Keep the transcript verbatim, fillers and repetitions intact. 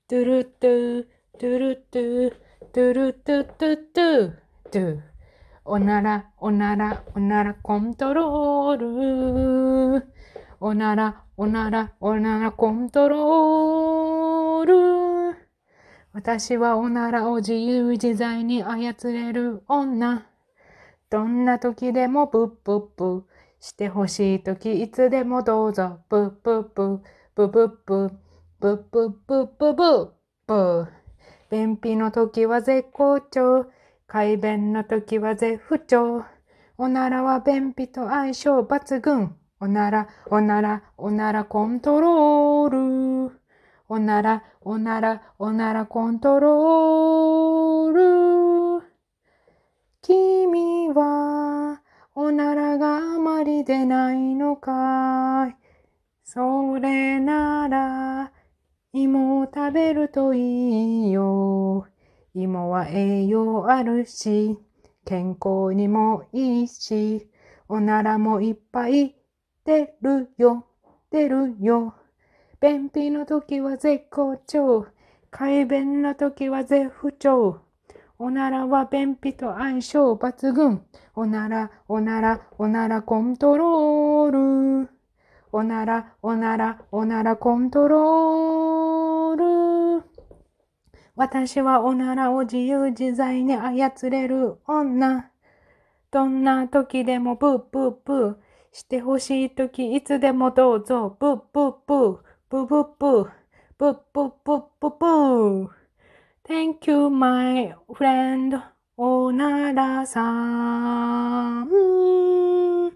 トゥルトゥ、トゥルトゥ、トゥルトゥトゥトゥ、トゥ。おなら、おなら、おならコントロール。おなら、おなら、おならコントロール。私はおならを自由自在に操れる女。どんな時でもブッブッブ。してほしい時いつでもどうぞ。ブッブッブ。ブブッブ。ブッブッブブブブ。便秘の時は絶好調。快便の時は絶不調。おならは便秘と相性抜群。おなら、おなら、おならコントロール。おなら、おなら、おならコントロール。君はおならがあまり出ないのかい。それなら芋を食べるといいよ。芋は栄養あるし、健康にもいいし、おならもいっぱい出るよ、出るよ。便秘の時は絶好調、快便の時は絶不調。おならは便秘と相性抜群。おなら、おなら、おならコントロール。おなら、おなら、おならコントロール。私はおならを自由自在に操れる女。どんな時でもブーブーブー。してほしい時いつでもどうぞ。ブーブーブー。ブーブーブー。ブーブーブーブーブー。Thank you, my friend. おならさん。